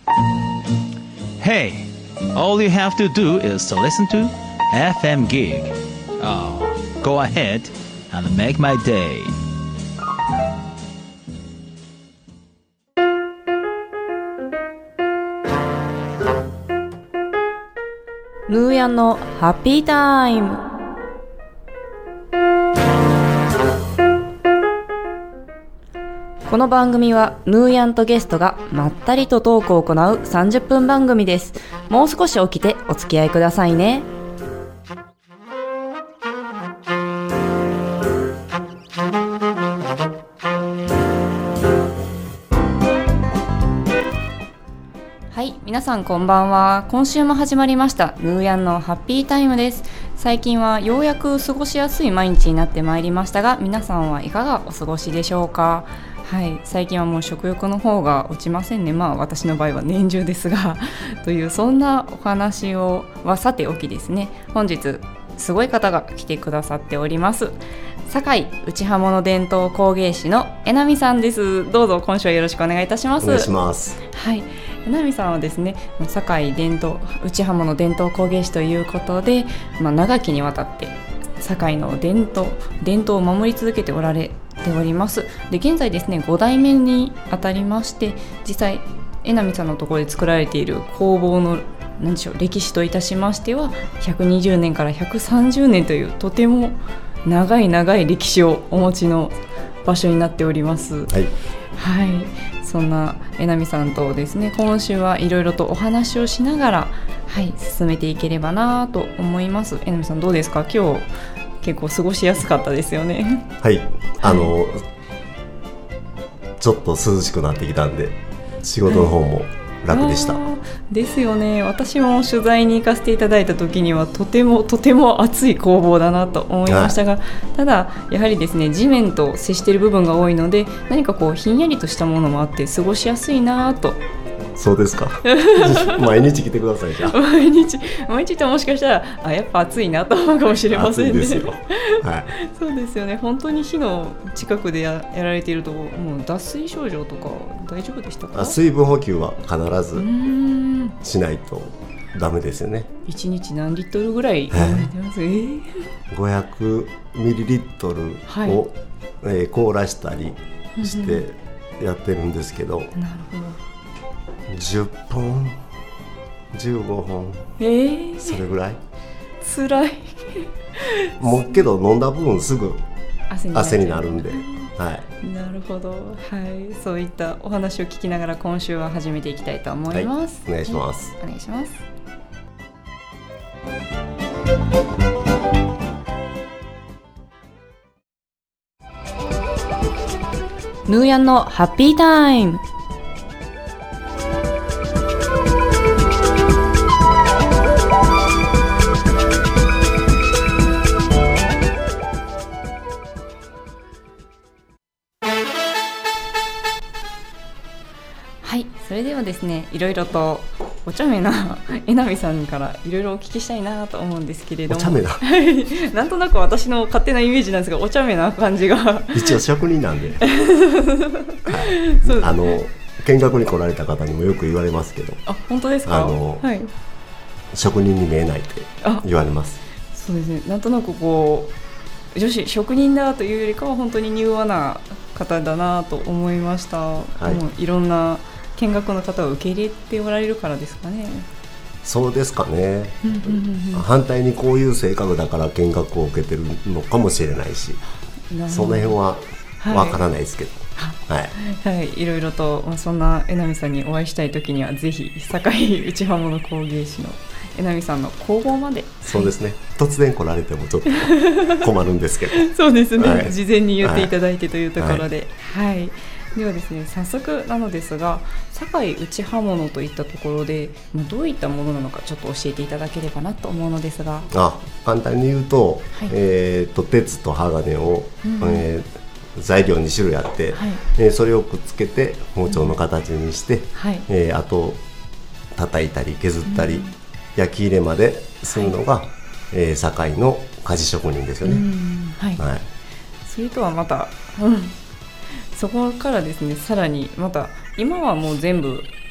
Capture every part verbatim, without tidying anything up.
Hey, all you have to do is to listen to エフエム Gig. Oh, go ahead and make my day. ヌーヤンのハッピータイム。この番組はヌーヤンとゲストがまったりとトークを行うさんじゅっぷん番組です。もう少し起きてお付き合いくださいね。はい、皆さんこんばんは。今週も始まりましたヌーヤンのハッピータイムです。最近はようやく過ごしやすい毎日になってまいりましたが、皆さんはいかがお過ごしでしょうか。はい、最近はもう食欲の方が落ちませんね。まあ私の場合は年中ですがというそんなお話をはさておきですね、本日すごい方が来てくださっております。堺内刃物伝統工芸士の江波さんです。どうぞ今週はよろしくお願いいたします。 お願いします。 はい、江波さんはですね、堺伝統内刃物伝統工芸士ということで、まあ、長きにわたって堺の伝統伝統を守り続けておられております。で現在ですねご代目にあたりまして、実際江波さんのところで作られている工房の何でしょう歴史といたしましてはひゃくにじゅうねんからひゃくさんじゅうねんというとても長い長い歴史をお持ちの場所になっております。 はい、 はい、そんな江波さんとですね今週はいろいろとお話をしながら、はい、進めていければなと思います。江波さんどうですか。今日結構過ごしやすかったですよね。 はい、あの、はい、ちょっと涼しくなってきたんで仕事の方も楽でした。 はい、ですよね。私も取材に行かせていただいた時にはとてもとても暑い工房だなと思いましたが、はい、ただやはりですね地面と接している部分が多いので何かこうひんやりとしたものもあって過ごしやすいなと。 そうですか毎日来てください。じゃあ毎日毎日ってもしかしたらあやっぱ暑いなと思うかもしれませんね。 暑いですよ、はい、 そうですよね。本当に火の近くで や, やられているともう脱水症状とか大丈夫でしたか。 水分補給は必ずしないとダメですよね。 いちにち何リットルぐらい飲まれてます、えー、 ごひゃくミリリットルを、はいえー、凍らしたりしてやってるんですけど、 なるほどじゅっぽんじゅうごほん、 えー、 それぐらいつらいもうけど飲んだ分すぐ汗 に, 汗になるんで、はい、 なるほど、はい、そういったお話を聞きながら今週は始めていきたいと思います、 はい、お願いします、 お願いします。ヌーヤンのハッピータイム。それではですね、いろいろとお茶目な江波さんからいろいろお聞きしたいなと思うんですけれども。 お茶目ななんとなく私の勝手なイメージなんですが、お茶目な感じが一応職人なんで、はい、あの見学に来られた方にもよく言われますけど。 あ、本当ですか。 あの、はい、職人に見えないって言われます。 そうですね、なんとなくこう女子職人だというよりかは本当に柔和な方だなと思いました、はい、もういろんな見学の方を受け入れておられるからですかね。 そうですかね、うんうんうん、反対にこういう性格だから見学を受けてるのかもしれないし、その辺はわからないですけど、はいはいはい、いろいろと、まあ、そんな江波さんにお会いしたいときにはぜひ堺内刃物工芸士の江波さんの工房まで。 そうですね、突然来られてもちょっと困るんですけどそうですね、はい、事前に言っていただいてというところで、はいはい、ではですね、早速なのですが、堺内刃物といったところでどういったものなのかちょっと教えていただければなと思うのですが。 あ、簡単に言うと、はい、えー、と鉄と鋼を、うんえー、材料に種類あって、はいえー、それをくっつけて包丁の形にして、うんはいえー、あと叩いたり削ったり、うん、焼き入れまでするのが、はいえー、堺の鍛冶職人ですよね、うんはいはい、 それとはまた、うん、そこからですね、さらにまた今はもう全部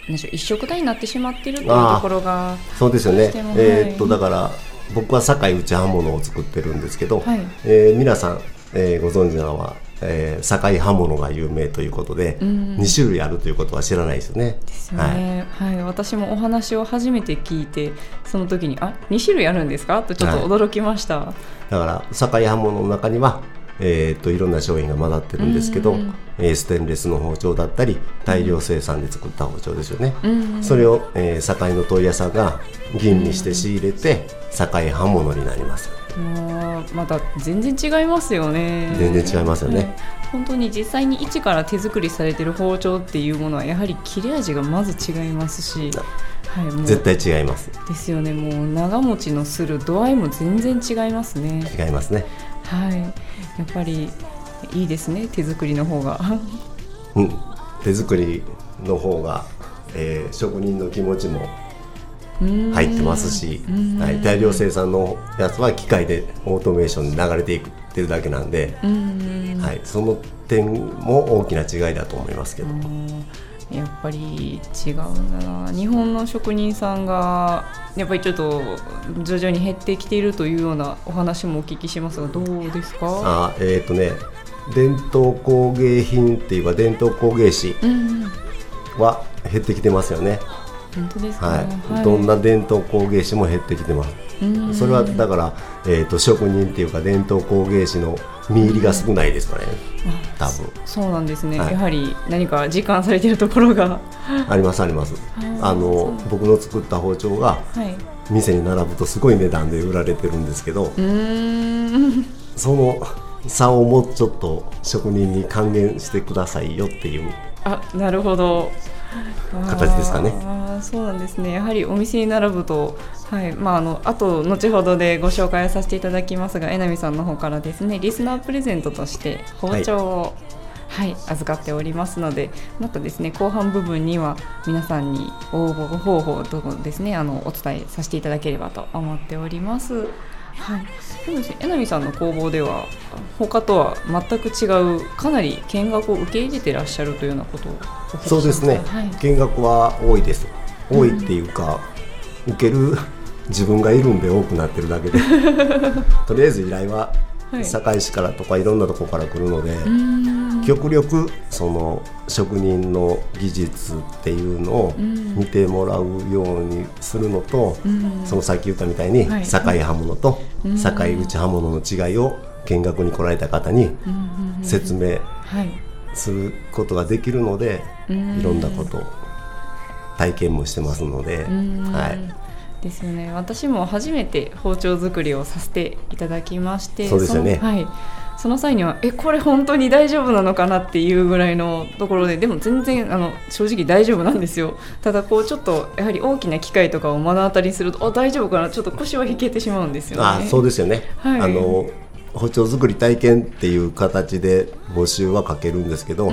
なんでしょう、一色体になってしまっているというところが。 そうですよね、えー、っとはい、 だから僕は堺内刃物を作ってるんですけど、 はい、 えー、皆さん、えー、ご存知なのは、えー、堺刃物が有名ということで、うん、に種類あるということは知らないですよね。 ですよね、はいはい、私もお話を初めて聞いて、その時にあに種類あるんですかとちょっと驚きました、はい、 だから堺刃物の中には、えー、っといろんな商品が混ざってるんですけど、うん、えー、ステンレスの包丁だったり大量生産で作った包丁ですよね、うん、それを、えー、堺の問屋さんが銀にして仕入れて堺刃物になります。 あ、また全然違いますよね。 全然違いますよね、はい、 本当に実際に一から手作りされている包丁っていうものはやはり切れ味がまず違いますし、はい、もう絶対違いますですよね。もう長持ちのする度合いも全然違いますね。 違いますね、 はい、やっぱりいいですね、手作りの方がうん、手作りの方が、えー、職人の気持ちも入ってますし、はい、大量生産のやつは機械でオートメーションに流れていってるだけなんで、はい、その点も大きな違いだと思いますけど。 やっぱり違うんだな。日本の職人さんがやっぱりちょっと徐々に減ってきているというようなお話もお聞きしますが、どうですか？ あ、えーとね、伝統工芸品っていうか伝統工芸士は減ってきてますよね。 本当ですか？ はいはい、 どんな伝統工芸士も減ってきてます。それはだから、えーと、職人っていうか伝統工芸士の見入りが少ないですからね、多分。 そうなんですね、はい、やはり何か実感されているところがありますあります。あの僕の作った包丁が店に並ぶとすごい値段で売られてるんですけど、うーん、その差をもうちょっと職人に還元してくださいよっていう。 あ、なるほど、 形ですかね。 あ、そうなんですね。やはりお店に並ぶと、はい、まあ、あのあと後ほどでご紹介させていただきますが、江波さんの方からですね、リスナープレゼントとして包丁を、はいはい、預かっておりますので、またですね後半部分には皆さんに応募方法とですね、あのお伝えさせていただければと思っております。はい、でもですね、江波さんの工房では他とは全く違うかなり見学を受け入れていらっしゃるというようなことをお聞きします。 そうですね、はい、見学は多いです。多いっていうか、うん、受ける自分がいるんで多くなってるだけでとりあえず依頼は堺市からとかいろんなところから来るので、はい、極力その職人の技術っていうのを見てもらうようにするのと、そのさっき言ったみたいに堺刃物と堺内刃物の違いを見学に来られた方に説明することができるので、いろんなことを体験もしてますので、はい、 ですよね。私も初めて包丁作りをさせていただきまして、 そうですよね、 その、はい、その際にはえこれ本当に大丈夫なのかなっていうぐらいのところで、でも全然あの正直大丈夫なんですよ。ただこうちょっとやはり大きな機械とかを目の当たりにすると、あ大丈夫かな、ちょっと腰は引けてしまうんですよね。 あ、そうですよね、はい、あの包丁作り体験っていう形で募集はかけるんですけど、うん、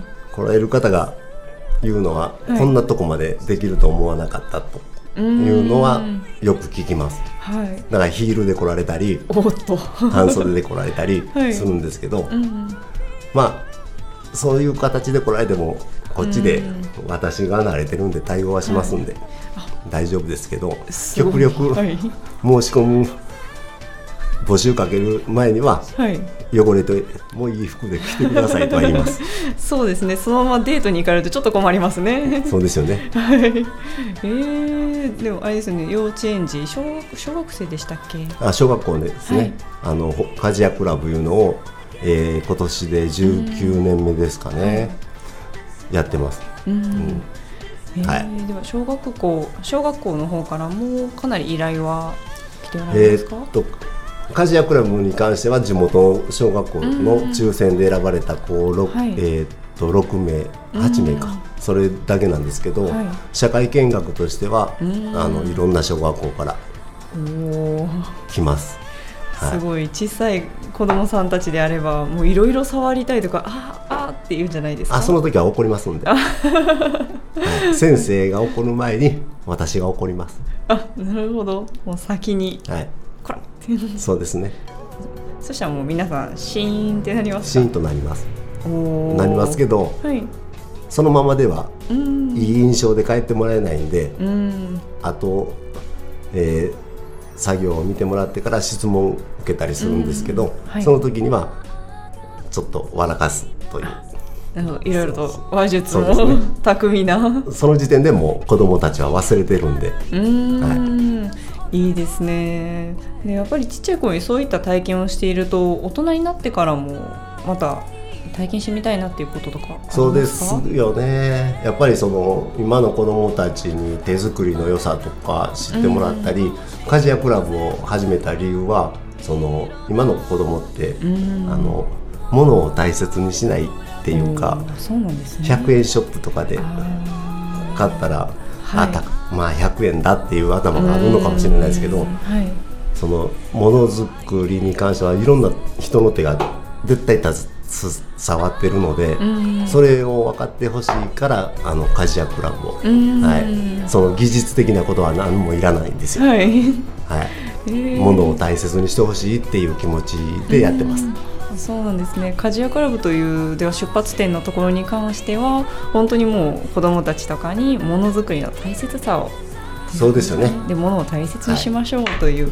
来られる方が言うのは、はい、こんなとこまでできると思わなかったというのはよく聞きます、はい、だからヒールで来られたりおっと半袖で来られたりするんですけど、はい、うん、まあそういう形で来られてもこっちで私が慣れてるんで対応はしますんで、はい、大丈夫ですけど、極力申し込む募集かける前には、はい、汚れてもういい服で着てくださいとは言いますそうですね、そのままデートに行かれるとちょっと困りますねそうですよね、 はい、えー、でもあれですね、幼稚園児 小, 小学生でしたっけ？ あ、小学校ですね、はい、あの鍛冶屋クラブいうのを、えー、今年でじゅうきゅうねんめですかね、やってます。うん、うんえーはい、では小学校小学校の方からもかなり依頼は来ておられますか？えー、っと鍛冶屋クラブに関しては地元小学校の抽選で選ばれた子 6,、はい、えー、っとろくめいはちめいか、それだけなんですけど、はい、社会見学としてはあのいろんな小学校から来ます。 はい、すごい小さい子どもさんたちであればもういろいろ触りたいとかああって言うんじゃないですか？ あ、その時は怒りますんで、はい、先生が怒る前に私が怒ります。 あ、なるほど、もう先に、 はい、 こらそうですね。 そしたらもう皆さんシーンってなりますか？ シーンとなります。おなりますけど、はい、 そのままではいい印象で帰ってもらえないんで、うん、あと、えー、作業を見てもらってから質問を受けたりするんですけど、うんはい、その時にはちょっと笑かすといういろいろと話術も、ね、巧みなその時点でもう子どもたちは忘れてるんで、うーん、はい、いいですね。でやっぱりちっちゃい頃にそういった体験をしていると大人になってからもまた体験してみたいなっていうこととかありますか？ そうですよね。やっぱりその今の子どもたちに手作りの良さとか知ってもらったり、鍛冶屋クラブを始めた理由はその今の子どもってあの物を大切にしないっていうか、 そうなんですね、 ひゃくえんショップとかで買ったら、はい、あたまあひゃくえんだっていう頭があるのかもしれないですけど、はい、そのものづくりに関してはいろんな人の手が絶対携わってるので、それを分かってほしいからあの鍛冶屋クラブを、はい、その技術的なことは何もいらないんですよ、はいはい、ものを大切にしてほしいっていう気持ちでやってます。 そうなんですね。鍛冶屋クラブというでは出発点のところに関しては本当にもう子どもたちとかにものづくりの大切さを、 そうですよね、 でものを大切にしましょうという、はい、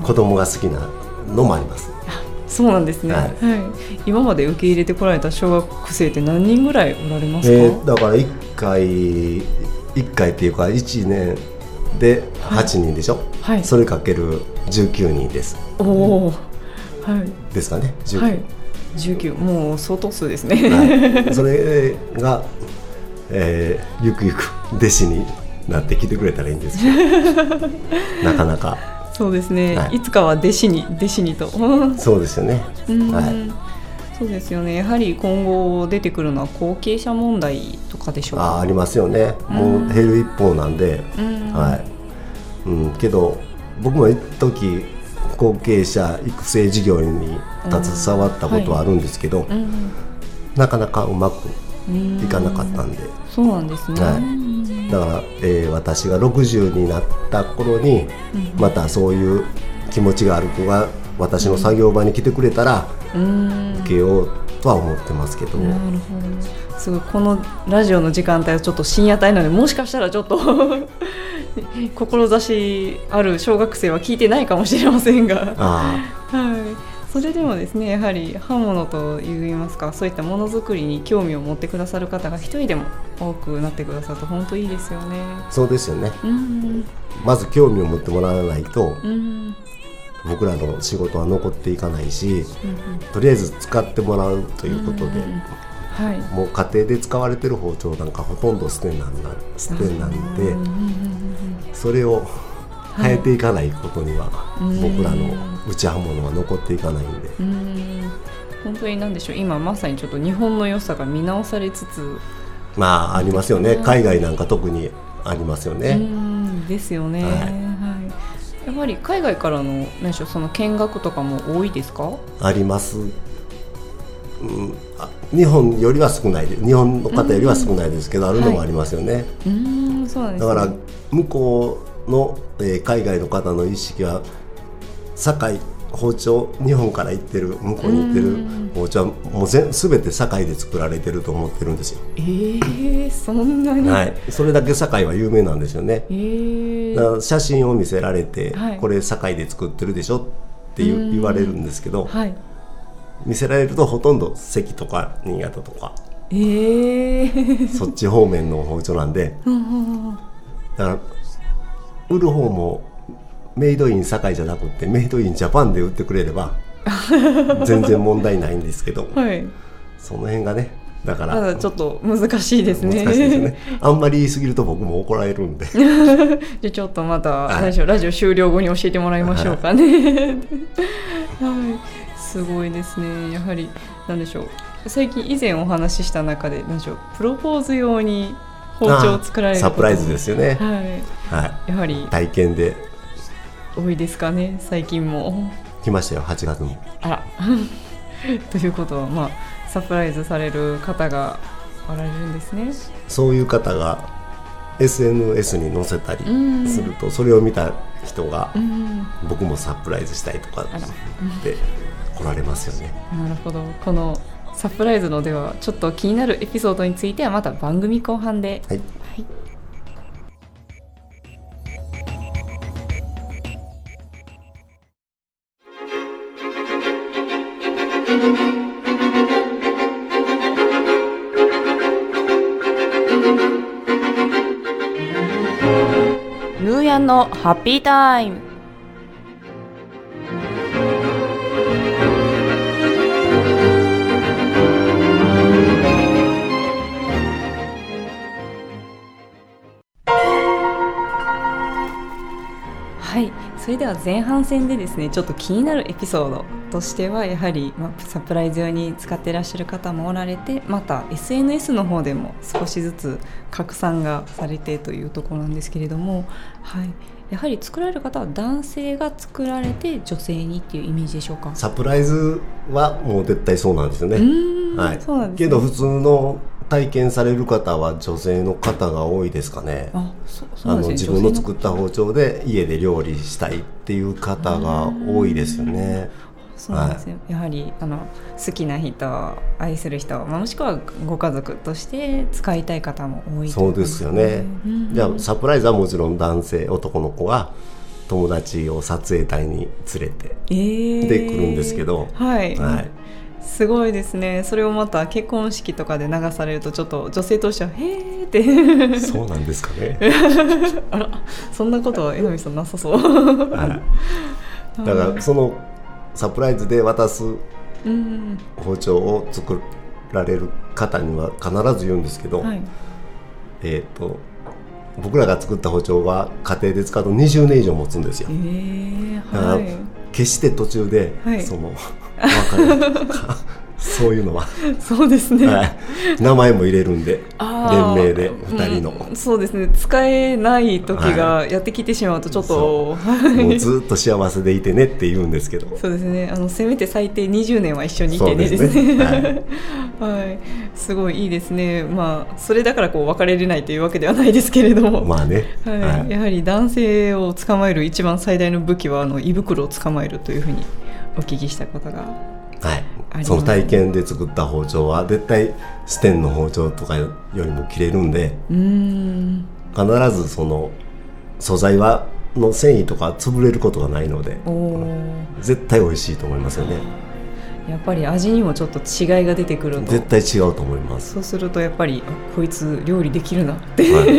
子どもが好きなのもあります。 そうなんですね、はいはい、今まで受け入れてこられた小学生って何人ぐらいおられますか？ えー、だからいっかいいっかいっていうかいちねんではちにんでしょ、はいはい、それかけるじゅうきゅうにんです。 おお、はい、 ですかね。じゅうきゅう、はい、 じゅうきゅう、もう相当数ですね、 はい、それが、えー、ゆくゆく弟子になってきてくれたらいいんですけどなかなかそうですね、はい、いつかは弟子に弟子にとそうですよね、 はい、そうですよね。やはり今後出てくるのは後継者問題とかでしょうか？ あ, ありますよね。もう減る一方なんで、うんはいうん、けど僕も一時後継者育成事業に携わったことはあるんですけど、うんうん、なかなかうまくいかなかったんで、うん、 そうなんですね、はい、 だから、えー、私がろくじゅうになった頃に、うん、またそういう気持ちがある子が私の作業場に来てくれたら、うん、受けようとは思ってますけど、 なるほど。すごいこのラジオの時間帯はちょっと深夜帯なのでもしかしたらちょっと志ある小学生は聞いてないかもしれませんがあ、はい、それでもですねやはり刃物といいますかそういったものづくりに興味を持ってくださる方が一人でも多くなってくださると本当いいですよね。 そうですよね、うん、まず興味を持ってもらわないと、うん、僕らの仕事は残っていかないし、うんうん、とりあえず使ってもらうということで、うんうんはい、もう家庭で使われてる包丁なんかほとんど捨てなんな捨てなんで、それを変えていかないことには、はい、僕らの打ち刃物は残っていかないんで、うん、 本当に何でしょう今まさにちょっと日本の良さが見直されつつまあありますよね。海外なんか特にありますよね。 うんですよね、はいはい、やはり海外からの何でしょうその見学とかも多いですか？ あります。うん、あ日本よりは少ないで日本の方よりは少ないですけど、うん、あるのもありますよね、はい、うんそうなんですね。だから向こうの、えー、海外の方の意識は堺包丁日本から行ってる向こうに行ってる包丁はもう全全て堺で作られてると思ってるんですよ。 えー、そんなに、 はい、それだけ堺は有名なんですよね、えー、だから写真を見せられて、はい、これ堺で作ってるでしょって言, 言われるんですけど、はい見せられるとほとんど関とか新潟とか、えー、そっち方面の包丁なんでだから売る方もメイドイン堺じゃなくてメイドインジャパンで売ってくれれば全然問題ないんですけど、はい、その辺がねだからただちょっと難しいですね。 難しいですね。あんまり言い過ぎると僕も怒られるんでじゃあちょっとまた、はい、ラジオ、ラジオ終了後に教えてもらいましょうかね、はいはいすごいですね。やはり何でしょう最近以前お話しした中で何でしょうプロポーズ用に包丁を作られるサプライズですよね、 はいはい、やはり体験で多いですかね最近も。 来ましたよはちがつも。あらということは、まあ、サプライズされる方がおられるんですね。 そういう方が エスエヌエス に載せたりするとそれを見た人が僕もサプライズしたいとかって来られますよね。 なるほど。このサプライズのではちょっと気になるエピソードについてはまた番組後半で。 はい、 はい。ヌーヤンのハッピータイム。はい、それでは前半戦でですね、ちょっと気になるエピソードとしてはやはり、まあ、サプライズ用に使っていらっしゃる方もおられて、また エスエヌエス の方でも少しずつ拡散がされてというところなんですけれども、はい、やはり作られる方は男性が作られて女性にっていうイメージでしょうか。 サプライズはもう絶対そうなんですよね。 うーん、 はい、 そうなんですね。 けど普通の体験される方は女性の方が多いですかね。 あ、そそうなんですね。 あの自分の作った包丁で家で料理したいっていう方が多いですよね。 そうなんですよ、はい、やはりあの好きな人、愛する人、もしくはご家族として使いたい方も多いと、 そうですよね、うん、じゃあサプライズはもちろん男性、男の子は友達を撮影隊に連れて、えー、で来るんですけど、 はい、 はい、 すごいですね。それをまた結婚式とかで流されるとちょっと女性としてはへーってそうなんですかねあら、そんなことは江波さんなさそうはい、だからそのサプライズで渡す包丁を作られる方には必ず言うんですけど、はい、えーと、僕らが作った包丁は家庭で使うとにじゅうねん以上持つんですよ、えーはい、だから決して途中で、はい、その別れとかそういうのはそうですね、 はい、名前も入れるんで連名でふたりの、 うん、そうですね、使えない時がやってきてしまうとちょっと、 はい、もうずっと幸せでいてねって言うんですけどそうですね、あのせめて最低にじゅうねんは一緒にいてねですね、ですね、はいはい、すごいいいですね。まあそれだからこう別れれないというわけではないですけれども、 まあね、 はいはい、やはり男性を捕まえる一番最大の武器はあの胃袋を捕まえるというふうにお聞きしたことが、 はい、その体験で作った包丁は絶対ステンの包丁とかよりも切れるんで、うーん、必ずその素材はの繊維とか潰れることがないので、絶対美味しいと思いますよね。 やっぱり味にもちょっと違いが出てくると、 絶対違うと思います。 そうするとやっぱりこいつ料理できるなって、 はい、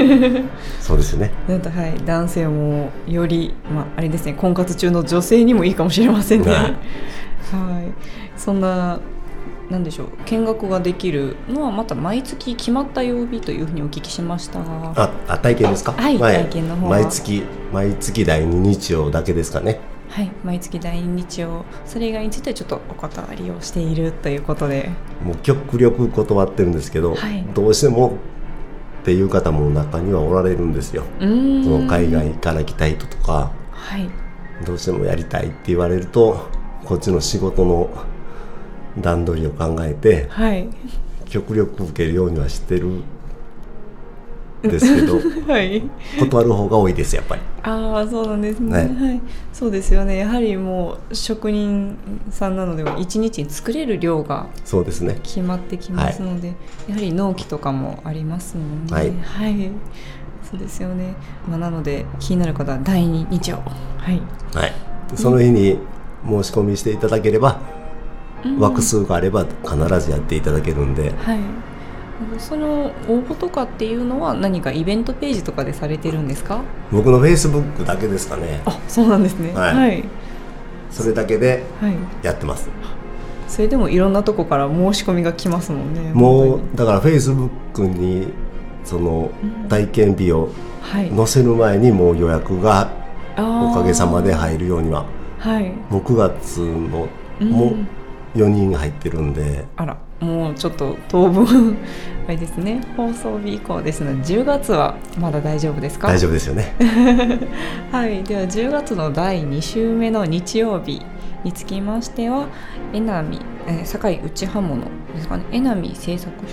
そうですねなんと、はい、男性もより、まあ、あれですね、婚活中の女性にもいいかもしれませんね、はいはい、そんななんでしょう、見学ができるのはまた毎月決まった曜日というふうにお聞きしましたが、 ああ体験ですか。 はい、体験の方は毎月毎月だいに日曜だけですかね。 はい、毎月だいに日曜、それ以外についてはちょっとお断りをしているということで、 もう極力断ってるんですけど、はい、どうしてもっていう方も中にはおられるんですよ。うーん、その海外から来た人とか、はい、どうしてもやりたいって言われるとこっちの仕事の段取りを考えて、はい、極力受けるようにはしてるんですけど、はい、断る方が多いですやっぱり。 ああ、そうなんですね、はいはい、そうですよね。やはりもう職人さんなのでいちにちに作れる量が決まってきますので、はい、やはり納期とかもありますもんね。はい、はい、そうですよね、まあ、なので気になる方はだいに日曜、はいはい、その日に申し込みしていただければ、うん、枠数があれば必ずやっていただけるんで、はい、 その応募とかっていうのは何かイベントページとかでされてるんですか？ 僕のフェイスブックだけですかね。 あ、そうなんですね、はいはい、 それだけでやってます、はい、 それでもいろんなとこから申し込みが来ますもんね。 もうだからフェイスブックにその体験日を載せる前にもう予約がおかげさまで入るようには、はい、もうくがつのもよにん入ってるんで、 あら、もうちょっと当分あれですね、放送日以降ですのでじゅうがつはまだ大丈夫ですか？ 大丈夫ですよねはい、ではじゅうがつのだいに週目の日曜日につきましては、江波、えー、堺内刃物ですかね、江波製作所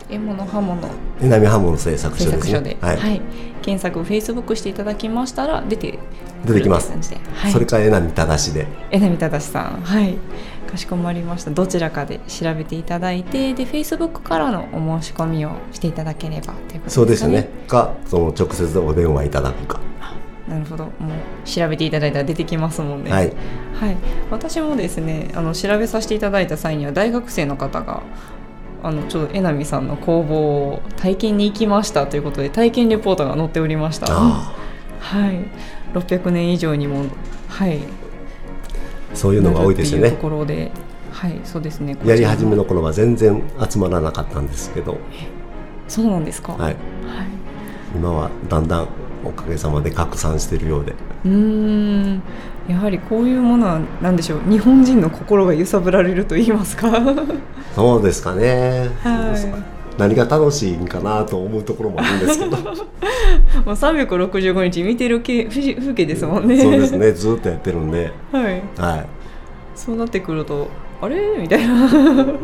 獲物刃物江波刃物製作所ですね。 製作所で、 はいはい、検索 Facebook していただきましたら出て出てきます。 はい、 それから江波正しで江波正さん、はい、かしこまりました。どちらかで調べていただいて、で Facebook からのお申し込みをしていただければということですかね。 そうですよね。かその直接お電話いただくか。 なるほど、もう調べていただいたら出てきますもんね。 はい、 はい、私もですね、あの調べさせていただいた際には大学生の方があのちょうど江波さんの工房を体験に行きましたということで体験レポートが載っておりました。はい、ろっぴゃくねん以上にも、はい、 そういうのが多いですよね。 ところで、はい、そうですね。 やり始めの頃は全然集まらなかったんですけど。 そうなんですか。はい、はい、 今はだんだんおかげさまで拡散しているようで。 うーん、やはりこういうものは何でしょう、日本人の心が揺さぶられると言いますか。 そうですかね、 はい、 何が楽しいんかなと思うところもあるんですけどもうさんびゃくろくじゅうごにち見てる風景ですもんね。 そうですね、ずっとやってるんで、 はいはい、そうなってくるとあれみたいな、はい、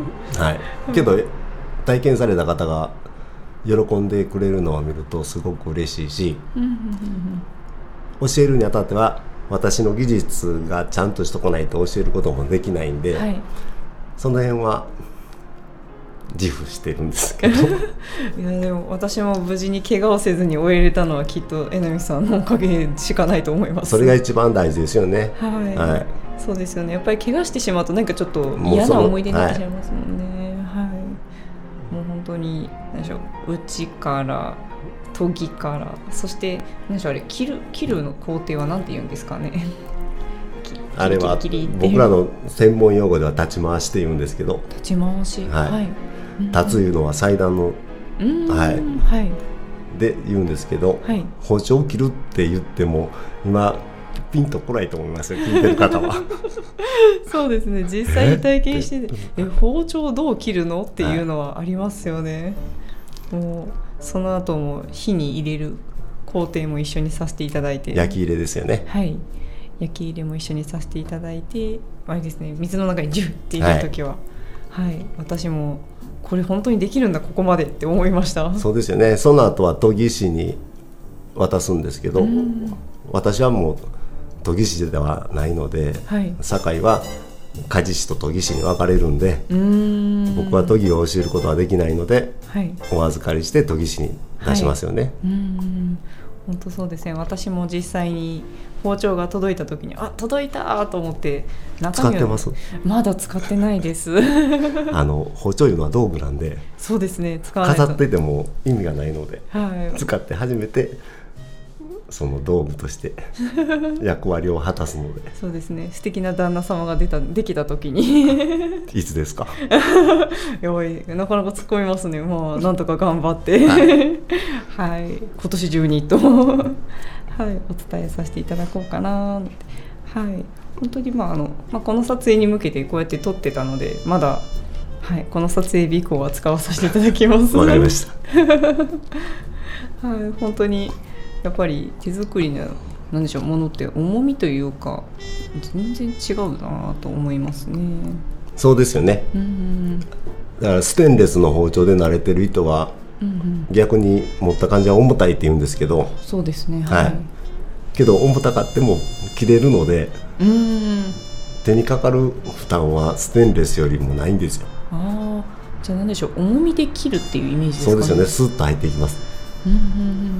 けど体験された方が喜んでくれるのを見るとすごく嬉しいし、教えるにあたっては私の技術がちゃんとしとかないと教えることもできないんで、はい、その辺は自負してるんですけどいやでも私も無事に怪我をせずに終えれたのはきっと江波さんのおかげしかないと思います。 それが一番大事ですよね。 はい、はい、そうですよね。やっぱり怪我してしまうとなんかちょっともう嫌な思い出になってしまいますもんね。はい、はい、もう本当に何でしょう、うちから研ぎからそして何でしょう、あれ切る切るの工程は何て言うんですかね。 あれは僕らの専門用語では立ち回しって言うんですけど、 立ち回し、はい、はい、 立ついうのは祭壇の、はいはい、で言うんですけど、はい、包丁を切るって言っても今ピンとこないと思いますよ、聞いてる方はそうですね、実際に体験しててえ包丁をどう切るのっていうのはありますよね。はい、もうその後も火に入れる工程も一緒にさせていただいて、 焼き入れですよね。 はい、焼き入れも一緒にさせていただいて、あれですね、水の中にジュッって入れるときは、はい、はい、私もこれ本当にできるんだここまでって思いました。そうですよね。 その後は研ぎ師に渡すんですけど、私はもう研ぎ師ではないので、はい、堺は鍛冶師と研ぎ師に分かれるんで、うーん、僕は研ぎを教えることはできないので、はい、お預かりして研ぎ師に出しますよね。はい、 うーん、本当そうですね。私も実際に包丁が届いた時にあ届いたと思って中身を使ってます？ まだ使ってないですあの包丁いうのは道具なんで、 そうですね、使わないと飾ってても意味がないので、 はい、 使って初めてその道具として役割を果たすのでそうですね、素敵な旦那様が出たできた時にいつですかやばい、なかなか突っ込みますね。まあなんとか頑張ってはい、はい、今年中にとはい、お伝えさせていただこうかなって。はい、本当に、まああのまあ、この撮影に向けてこうやって撮ってたのでまだ、はい、この撮影日以降は使わさせていただきます。 わかりました、 はい、本当にやっぱり手作りのなんでしょうものって重みというか全然違うなと思いますね。 そうですよね。うんうん、だからステンレスの包丁で慣れてる人は、うんうん、逆に持った感じは重たいって言うんですけど、 そうですね、はい、はい、 けど重たかっても切れるので、うん、手にかかる負担はステンレスよりもないんですよ。 あ、じゃあ何でしょう、重みで切るっていうイメージですかね。 そうですよね、スッと入っていきます。うんうんうん、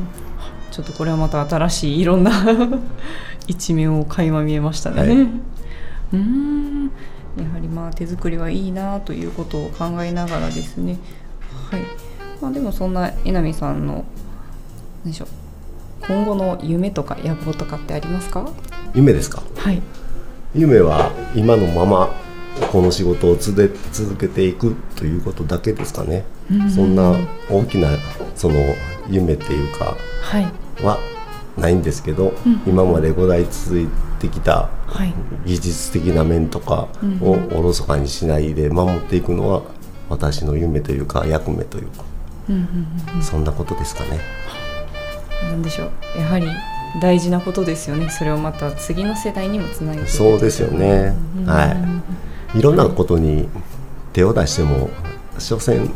ちょっとこれはまた新しいいろんな一面を垣間見えましたね。はい、うーん、やはりまあ手作りはいいなということを考えながらですね。はい、まあ、でもそんな江波さんの何でしょう、今後の夢とか野望とかってありますか？ 夢ですか？ はい。 夢は今のままこの仕事を続けていくということだけですかね。んそんな大きなその夢っていうかはないんですけど、はい、今までご代続いてきた技術的な面とかをおろそかにしないで守っていくのは私の夢というか役目というか、そんなことですかね。 なんでしょう、やはり大事なことですよね。それをまた次の世代にもつなげていく。 そうですよね、はい、いろんなことに手を出しても所詮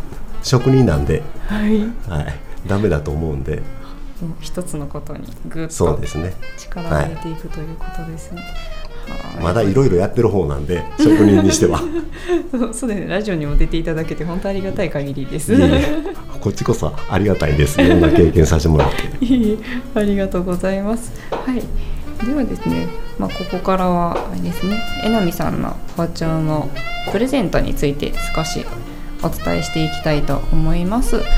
職人なんで、 はいはい、ダメだと思うんで、 一つのことにぐっとそうですね、 力を入れていくということですね。 はい、まだいろいろやってる方なんで、職人にしてはそう、そうですね、ラジオにも出ていただけて本当ありがたい限りです。 いえいえ、こっちこそありがたいです。いろんな経験させてもらっていいありがとうございます。はい、ではですね、まあ、ここからはあれですね、えなみさんの包丁のプレゼントについて少しお伝えしていきたいと思います。はい、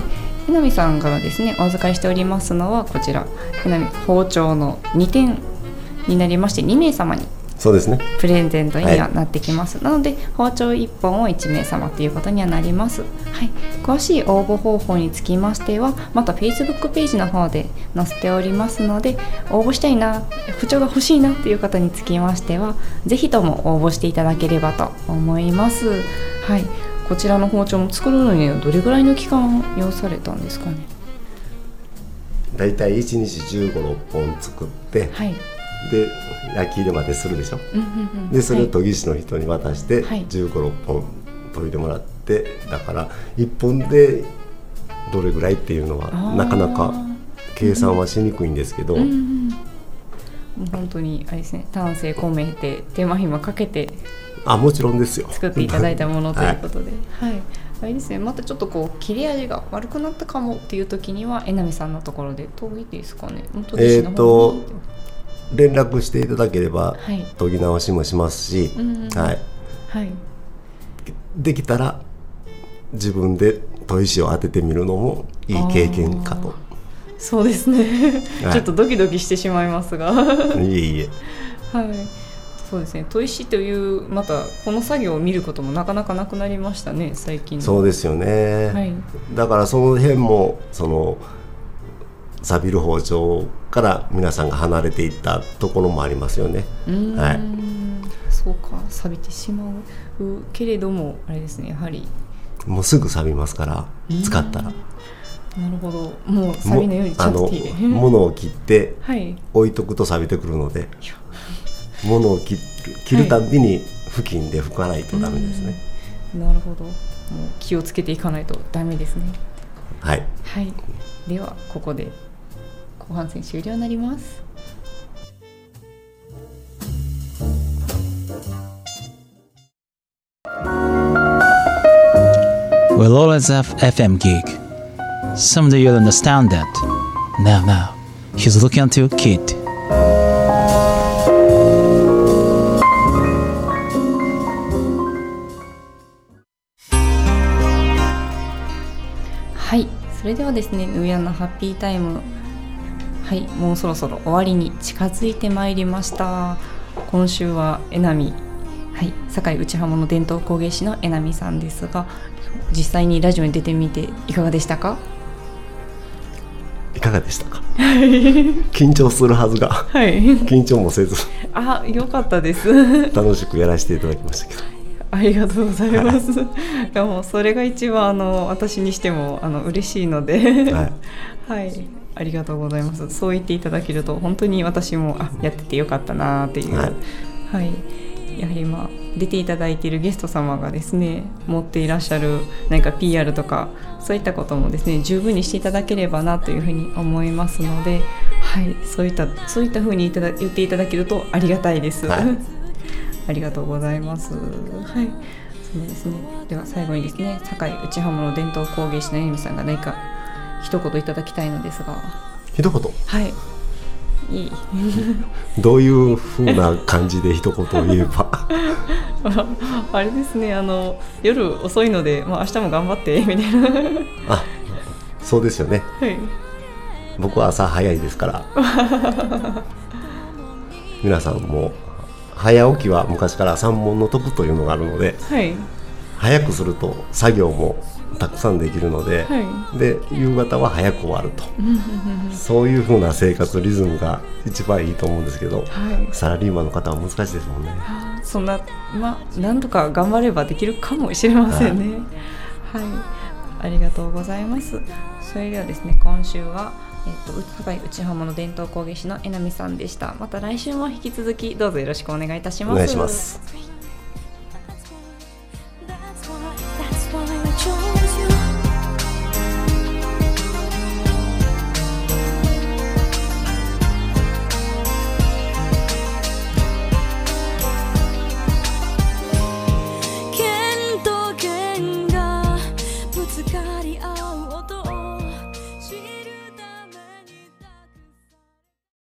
えなみさんからですね、お預かりしておりますのはこちら、えなみ包丁のにてんになりまして、にめいさまにそうですね、 プレゼントにはなってきます、はい、なので包丁いっぽんをいちめいさまということにはなります。はい、詳しい応募方法につきましてはまた Facebook ページの方で載せておりますので、応募したいな、包丁が欲しいなという方につきましてはぜひとも応募していただければと思います。はい、こちらの包丁も作るのにはどれぐらいの期間を要されたんですかね。 だいたいいちにちじゅうご、ろっぽん作って、はい、で焼き入れまでするでしょ、うんうんうん、でそれを研ぎ師の人に渡してじゅうご、ろっぽん研いでもらって、だからいっぽんでどれぐらいっていうのはなかなか計算はしにくいんですけど、うんうんうん、 もう本当にあれですね、丹精込めて手間暇かけてあもちろんですよ作っていただいたものということで、はい、はい、あれですね、またちょっとこう切れ味が悪くなったかもっていう時にはえなみさんのところで研ぎですかね。 えーと連絡していただければ研ぎ直しもしますし、はいはい、できたら自分で砥石を当ててみるのもいい経験かと。 そうですね、はい、ちょっとドキドキしてしまいますがいえいえ、 はい、そうですね、砥石というまたこの作業を見ることもなかなかなくなりましたね、最近。 そうですよね、はい、だからその辺もその錆びる包丁から皆さんが離れていったところもありますよね。うーん、はい、 そうか、錆びてしまうけれどもあれですね、やはりもうすぐ錆びますから使ったら。 なるほど、もう錆びのようにちゃんと手入れ、 物を切って置いとくと錆びてくるので、はい、物を切る、切るたびに布巾で拭かないとダメですね。 なるほど、もう気をつけていかないとダメですね。 はい、 はい、ではここで後半戦終了になります。 We'll always have エフエム gig. Someday you'll understand that. Now, now, he's looking at you, kid. はい、それではですね、ヌーヤンのハッピータイム、はい、もうそろそろ終わりに近づいてまいりました。今週はえなみ、はい、堺内浜の伝統工芸士のえなみさんですが、実際にラジオに出てみていかがでしたか？ いかがでしたか？緊張するはずが、はい、緊張もせず、 あ、よかったです。 楽しくやらせていただきましたけど。 ありがとうございます。いや、もうそれが一番あの私にしてもあの嬉しいので、はい、はい、ありがとうございます。そう言っていただけると本当に私もあやっててよかったなっていう、はい、はい、やはりまあ出ていただいているゲスト様がですね、持っていらっしゃる何か ピーアール とかそういったこともですね、十分にしていただければなというふうに思いますので、はい、そういったそういったふうにいただ言っていただけるとありがたいです。はい、ありがとうございます。はい、そうですね。では最後にですね、堺内浜の伝統工芸士のえなみさんが何か一言いただきたいのですが。 一言。 はい。いい。 どういう風な感じで一言を言えば。 あれですね。あの夜遅いので、まあ明日も頑張ってみたいな。 あ、そうですよね。はい。僕は朝早いですから。皆さんも。早起きは昔から三文の徳というのがあるので、はい、早くすると作業もたくさんできるので、はい、で夕方は早く終わるとそういう風な生活リズムが一番いいと思うんですけど、はい、サラリーマンの方は難しいですもんね。 そんな、まあ、なんとか頑張ればできるかもしれませんね。はい、はい、ありがとうございます。それではですね、今週はえっと、堺内浜の伝統工芸士のえなみさんでした。また来週も引き続きどうぞよろしくお願いいたします。 お願いします。